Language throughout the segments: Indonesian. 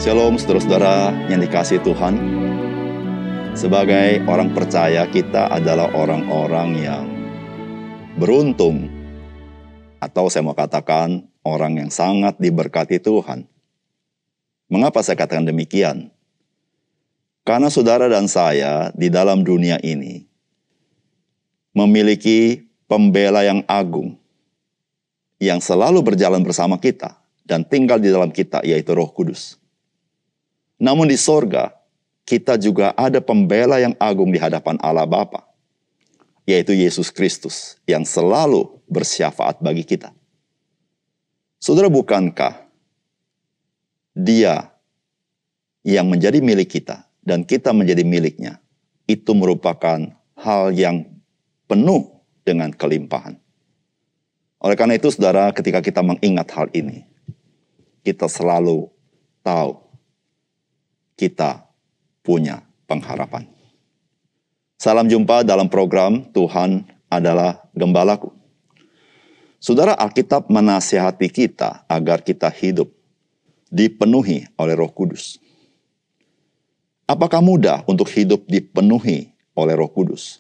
Shalom saudara-saudara yang dikasihi Tuhan. Sebagai orang percaya, kita adalah orang-orang yang beruntung. Atau saya mau katakan, orang yang sangat diberkati Tuhan. Mengapa saya katakan demikian? Karena saudara dan saya di dalam dunia ini memiliki pembela yang agung, yang selalu berjalan bersama kita dan tinggal di dalam kita, yaitu Roh Kudus. Namun di sorga, kita juga ada pembela yang agung di hadapan Allah Bapa, yaitu Yesus Kristus, yang selalu bersyafaat bagi kita. Saudara, bukankah Dia yang menjadi milik kita dan kita menjadi miliknya, itu merupakan hal yang penuh dengan kelimpahan. Oleh karena itu, saudara, ketika kita mengingat hal ini, kita selalu tahu kita punya pengharapan. Salam jumpa dalam program Tuhan adalah Gembalaku. Saudara, Alkitab menasihati kita agar kita hidup dipenuhi oleh Roh Kudus. Apakah mudah untuk hidup dipenuhi oleh Roh Kudus?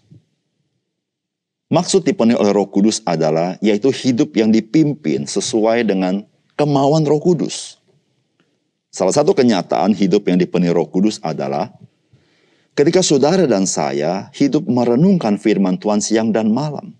Maksud dipenuhi oleh Roh Kudus adalah yaitu hidup yang dipimpin sesuai dengan kemauan Roh Kudus. Salah satu kenyataan hidup yang dipenuhi Roh Kudus adalah ketika saudara dan saya hidup merenungkan firman Tuhan siang dan malam.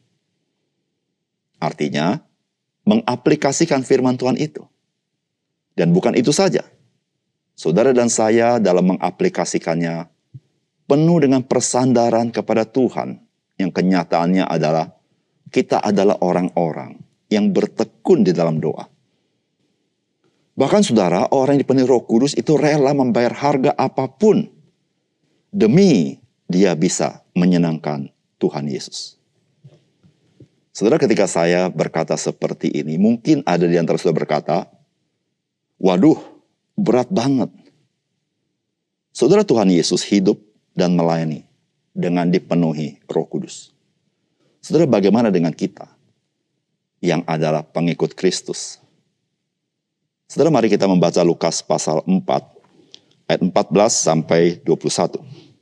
Artinya, mengaplikasikan firman Tuhan itu. Dan bukan itu saja. Saudara dan saya dalam mengaplikasikannya penuh dengan persandaran kepada Tuhan, yang kenyataannya adalah kita adalah orang-orang yang bertekun di dalam doa. Bahkan saudara, orang yang dipenuhi Roh Kudus itu rela membayar harga apapun demi dia bisa menyenangkan Tuhan Yesus. Saudara, ketika saya berkata seperti ini, mungkin ada di antara saudara berkata, waduh, berat banget. Saudara, Tuhan Yesus hidup dan melayani dengan dipenuhi Roh Kudus. Saudara, bagaimana dengan kita yang adalah pengikut Kristus? Saudara, mari kita membaca Lukas pasal 4, ayat 14 sampai 21.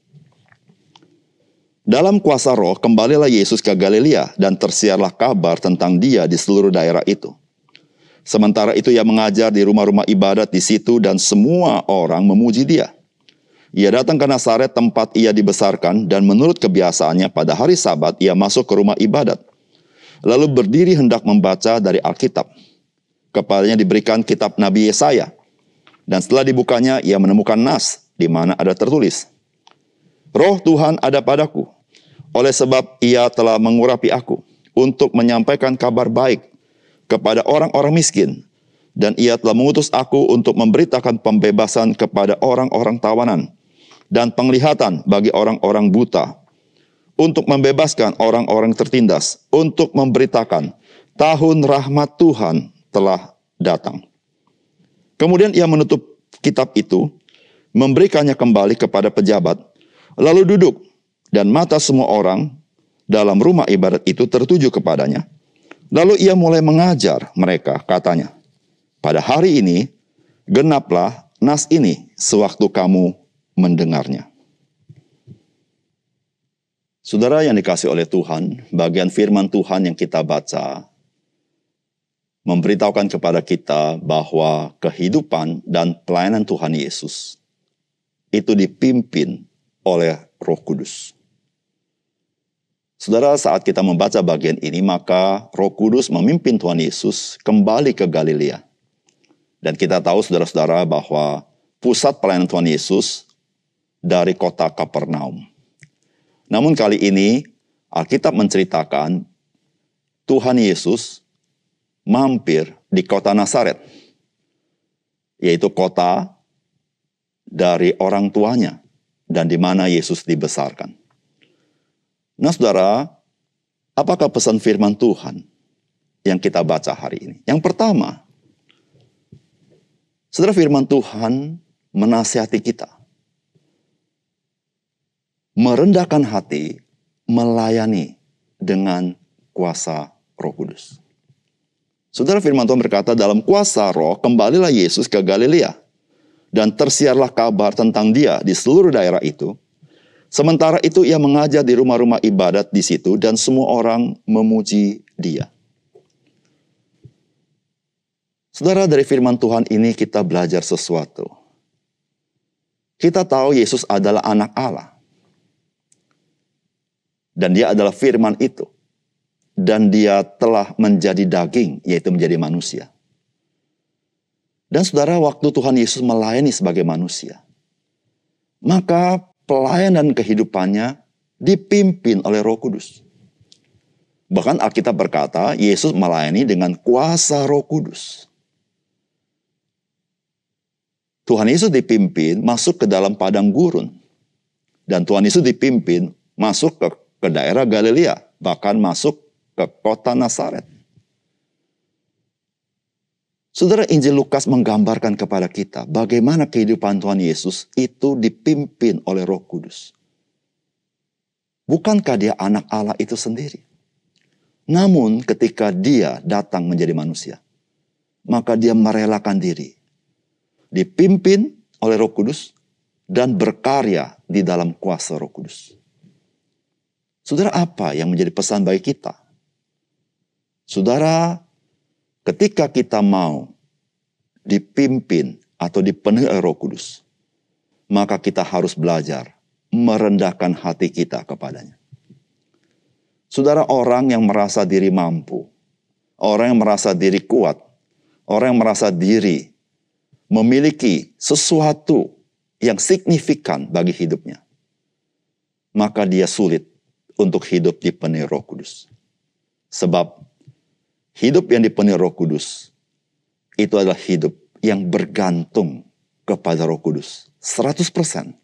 Dalam kuasa Roh, kembalilah Yesus ke Galilea dan tersiarlah kabar tentang Dia di seluruh daerah itu. Sementara itu ia mengajar di rumah-rumah ibadat di situ dan semua orang memuji Dia. Ia datang ke Nazaret tempat ia dibesarkan dan menurut kebiasaannya pada hari Sabat ia masuk ke rumah ibadat. Lalu berdiri hendak membaca dari Alkitab. Kepadanya diberikan kitab Nabi Yesaya. Dan setelah dibukanya ia menemukan nas di mana ada tertulis, Roh Tuhan ada padaku, oleh sebab ia telah mengurapi aku untuk menyampaikan kabar baik kepada orang-orang miskin, dan ia telah mengutus aku untuk memberitakan pembebasan kepada orang-orang tawanan, dan penglihatan bagi orang-orang buta, untuk membebaskan orang-orang tertindas, untuk memberitakan tahun rahmat Tuhan telah datang. Kemudian ia menutup kitab itu, memberikannya kembali kepada pejabat, lalu duduk, dan mata semua orang dalam rumah ibadat itu tertuju kepadanya. Lalu ia mulai mengajar mereka, katanya, pada hari ini genaplah nas ini sewaktu kamu mendengarnya. Saudara yang dikasihi oleh Tuhan, bagian firman Tuhan yang kita baca memberitahukan kepada kita bahwa kehidupan dan pelayanan Tuhan Yesus itu dipimpin oleh Roh Kudus. Saudara, saat kita membaca bagian ini, maka Roh Kudus memimpin Tuhan Yesus kembali ke Galilea. Dan kita tahu, saudara-saudara, bahwa pusat pelayanan Tuhan Yesus dari kota Kapernaum. Namun kali ini, Alkitab menceritakan Tuhan Yesus mampir di kota Nazaret, yaitu kota dari orang tuanya, dan di mana Yesus dibesarkan. Nah, saudara, apakah pesan firman Tuhan yang kita baca hari ini? Yang pertama, saudara, firman Tuhan menasihati kita merendahkan hati, melayani dengan kuasa Roh Kudus. Saudara, firman Tuhan berkata, dalam kuasa Roh kembalilah Yesus ke Galilea Dan tersiarlah kabar tentang dia di seluruh daerah itu. Sementara itu ia mengajar di rumah-rumah ibadat di situ dan semua orang memuji dia. Saudara, dari firman Tuhan ini kita belajar sesuatu. Kita tahu Yesus adalah anak Allah. Dan dia adalah firman itu. Dan dia telah menjadi daging, yaitu menjadi manusia. Dan saudara, waktu Tuhan Yesus melayani sebagai manusia, maka pelayanan kehidupannya dipimpin oleh Roh Kudus. Bahkan Alkitab berkata, Yesus melayani dengan kuasa Roh Kudus. Tuhan Yesus dipimpin masuk ke dalam padang gurun. Dan Tuhan Yesus dipimpin masuk ke daerah Galilea, bahkan masuk ke kota Nazaret. Saudara, Injil Lukas menggambarkan kepada kita bagaimana kehidupan Tuhan Yesus itu dipimpin oleh Roh Kudus. Bukankah dia anak Allah itu sendiri? Namun ketika dia datang menjadi manusia, maka dia merelakan diri, dipimpin oleh Roh Kudus dan berkarya di dalam kuasa Roh Kudus. Saudara, apa yang menjadi pesan bagi kita? Saudara, ketika kita mau dipimpin atau dipenuhi oleh Roh Kudus, maka kita harus belajar merendahkan hati kita kepadanya. Saudara, orang yang merasa diri mampu, orang yang merasa diri kuat, orang yang merasa diri memiliki sesuatu yang signifikan bagi hidupnya, maka dia sulit untuk hidup dipenuhi Roh Kudus. Sebab hidup yang dipenuhi Roh Kudus itu adalah hidup yang bergantung kepada Roh Kudus 100%.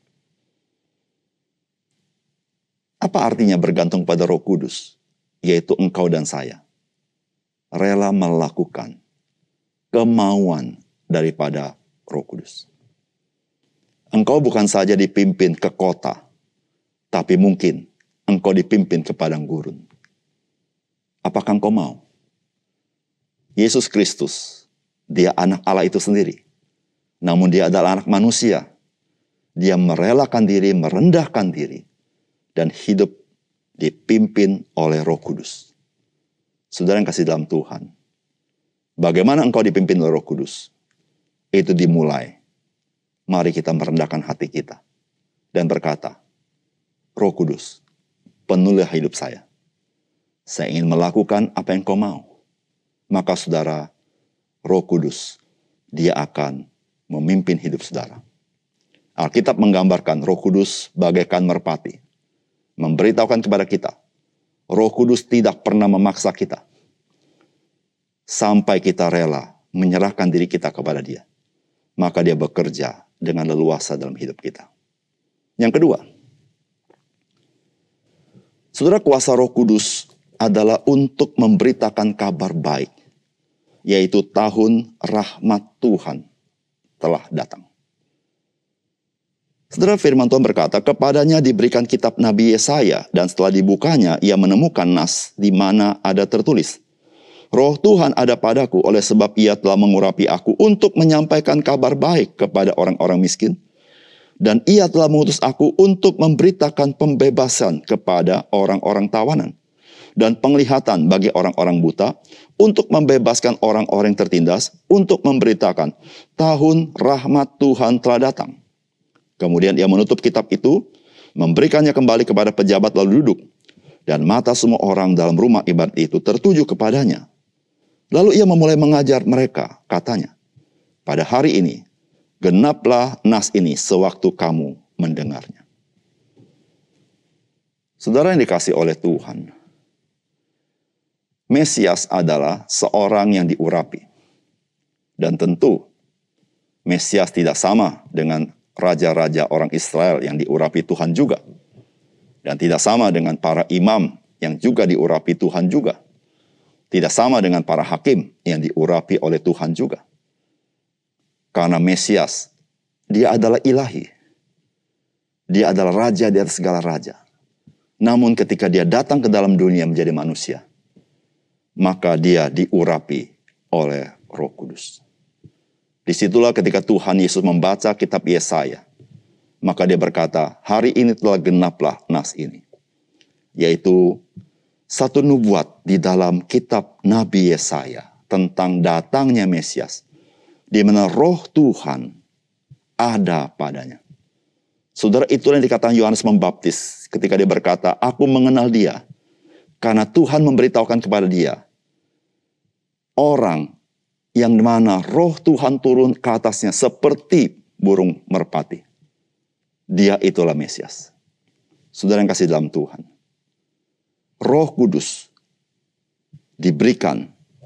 Apa artinya bergantung pada Roh Kudus? Yaitu engkau dan saya rela melakukan kemauan daripada Roh Kudus. Engkau bukan saja dipimpin ke kota, tapi mungkin engkau dipimpin ke padang gurun. Apakah engkau mau? Yesus Kristus, dia anak Allah itu sendiri. Namun dia adalah anak manusia. Dia merelakan diri, merendahkan diri, dan hidup dipimpin oleh Roh Kudus. Saudara yang kasih dalam Tuhan, bagaimana engkau dipimpin oleh Roh Kudus? Itu dimulai. Mari kita merendahkan hati kita dan berkata, Roh Kudus, penuhilah hidup saya. Saya ingin melakukan apa yang kau mau. Maka saudara, Roh Kudus, dia akan memimpin hidup saudara. Alkitab menggambarkan Roh Kudus bagaikan merpati. Memberitahukan kepada kita, Roh Kudus tidak pernah memaksa kita. Sampai kita rela menyerahkan diri kita kepada dia. Maka dia bekerja dengan leluasa dalam hidup kita. Yang kedua, saudara, kuasa Roh Kudus adalah untuk memberitakan kabar baik, yaitu tahun rahmat Tuhan telah datang. Saudara, firman Tuhan berkata, kepadanya diberikan kitab Nabi Yesaya, dan setelah dibukanya, ia menemukan nas di mana ada tertulis, Roh Tuhan ada padaku, oleh sebab ia telah mengurapi aku untuk menyampaikan kabar baik kepada orang-orang miskin, dan ia telah mengutus aku untuk memberitakan pembebasan kepada orang-orang tawanan, dan penglihatan bagi orang-orang buta, untuk membebaskan orang-orang yang tertindas, untuk memberitakan tahun rahmat Tuhan telah datang. Kemudian ia menutup kitab itu, memberikannya kembali kepada pejabat lalu duduk, dan mata semua orang dalam rumah ibadat itu tertuju kepadanya. Lalu ia memulai mengajar mereka, katanya, pada hari ini, genaplah nas ini sewaktu kamu mendengarnya. Saudara yang dikasih oleh Tuhan, Mesias adalah seorang yang diurapi. Dan tentu, Mesias tidak sama dengan raja-raja orang Israel yang diurapi Tuhan juga. Dan tidak sama dengan para imam yang juga diurapi Tuhan juga. Tidak sama dengan para hakim yang diurapi oleh Tuhan juga. Karena Mesias, dia adalah ilahi. Dia adalah raja di atas segala raja. Namun ketika dia datang ke dalam dunia menjadi manusia, maka dia diurapi oleh Roh Kudus. Disitulah ketika Tuhan Yesus membaca kitab Yesaya, maka dia berkata, hari ini telah genaplah nas ini. Yaitu satu nubuat di dalam kitab Nabi Yesaya tentang datangnya Mesias, di mana roh Tuhan ada padanya. Saudara, itulah yang dikatakan Yohanes Pembaptis ketika dia berkata, aku mengenal dia, karena Tuhan memberitahukan kepada dia, orang yang mana roh Tuhan turun ke atasnya seperti burung merpati. Dia itulah Mesias. Saudara yang kasih dalam Tuhan, Roh Kudus diberikan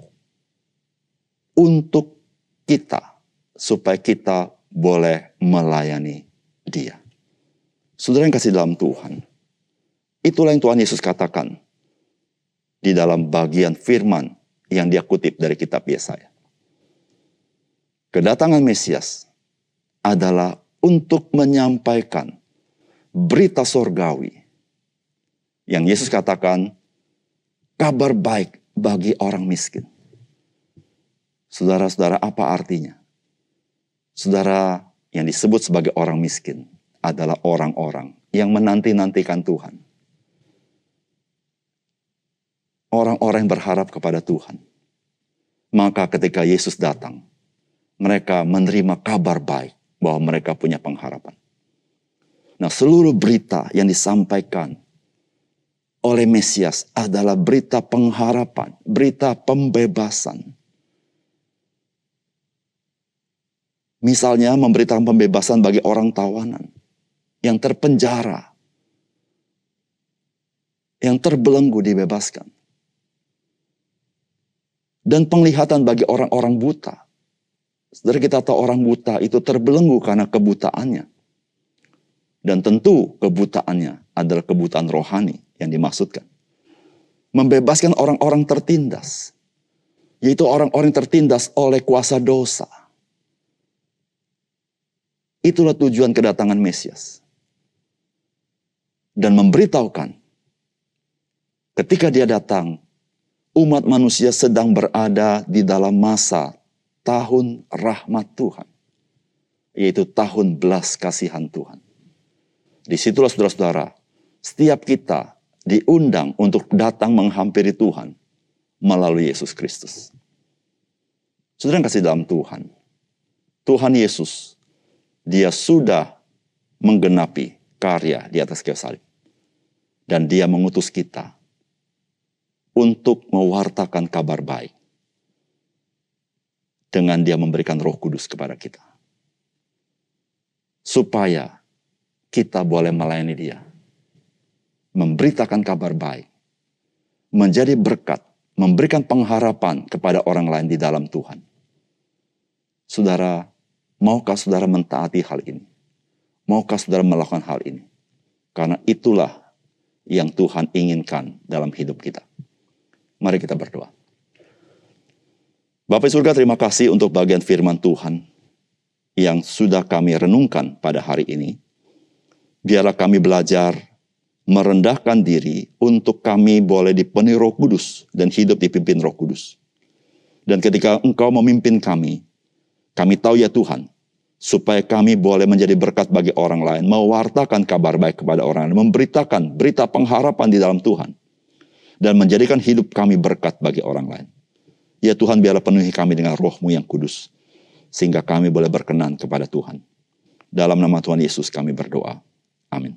untuk kita, supaya kita boleh melayani dia. Saudara yang kasih dalam Tuhan, itulah yang Tuhan Yesus katakan di dalam bagian firman yang dia kutip dari kitab Yesaya. Kedatangan Mesias adalah untuk menyampaikan berita sorgawi yang Yesus katakan kabar baik bagi orang miskin. Saudara-saudara, apa artinya? Saudara, yang disebut sebagai orang miskin adalah orang-orang yang menanti-nantikan Tuhan. Orang-orang yang berharap kepada Tuhan. Maka ketika Yesus datang, mereka menerima kabar baik bahwa mereka punya pengharapan. Nah, seluruh berita yang disampaikan oleh Mesias adalah berita pengharapan, berita pembebasan. Misalnya memberitakan pembebasan bagi orang tawanan yang terpenjara, yang terbelenggu dibebaskan. Dan penglihatan bagi orang-orang buta. Saudara, kita tahu orang buta itu terbelenggu karena kebutaannya. Dan tentu kebutaannya adalah kebutaan rohani yang dimaksudkan. Membebaskan orang-orang tertindas. Yaitu orang-orang yang tertindas oleh kuasa dosa. Itulah tujuan kedatangan Mesias. Dan memberitahukan, ketika dia datang, umat manusia sedang berada di dalam masa tahun rahmat Tuhan. Yaitu tahun belas kasihan Tuhan. Disitulah saudara-saudara, setiap kita diundang untuk datang menghampiri Tuhan melalui Yesus Kristus. Saudara yang kasih dalam Tuhan, Tuhan Yesus, dia sudah menggenapi karya di atas kayu salib. Dan dia mengutus kita untuk mewartakan kabar baik. Dengan dia memberikan Roh Kudus kepada kita. Supaya kita boleh melayani dia. Memberitakan kabar baik. Menjadi berkat. Memberikan pengharapan kepada orang lain di dalam Tuhan. Saudara, maukah saudara mentaati hal ini? Maukah saudara melakukan hal ini? Karena itulah yang Tuhan inginkan dalam hidup kita. Mari kita berdoa. Bapa di surga, terima kasih untuk bagian firman Tuhan yang sudah kami renungkan pada hari ini. Biarlah kami belajar merendahkan diri untuk kami boleh dipenuhi Roh Kudus dan hidup dipimpin Roh Kudus. Dan ketika Engkau memimpin kami tahu ya Tuhan, supaya kami boleh menjadi berkat bagi orang lain, mewartakan kabar baik kepada orang lain, memberitakan berita pengharapan di dalam Tuhan, dan menjadikan hidup kami berkat bagi orang lain. Ya Tuhan, biarlah penuhi kami dengan Roh-Mu yang kudus, sehingga kami boleh berkenan kepada Tuhan. Dalam nama Tuhan Yesus kami berdoa. Amin.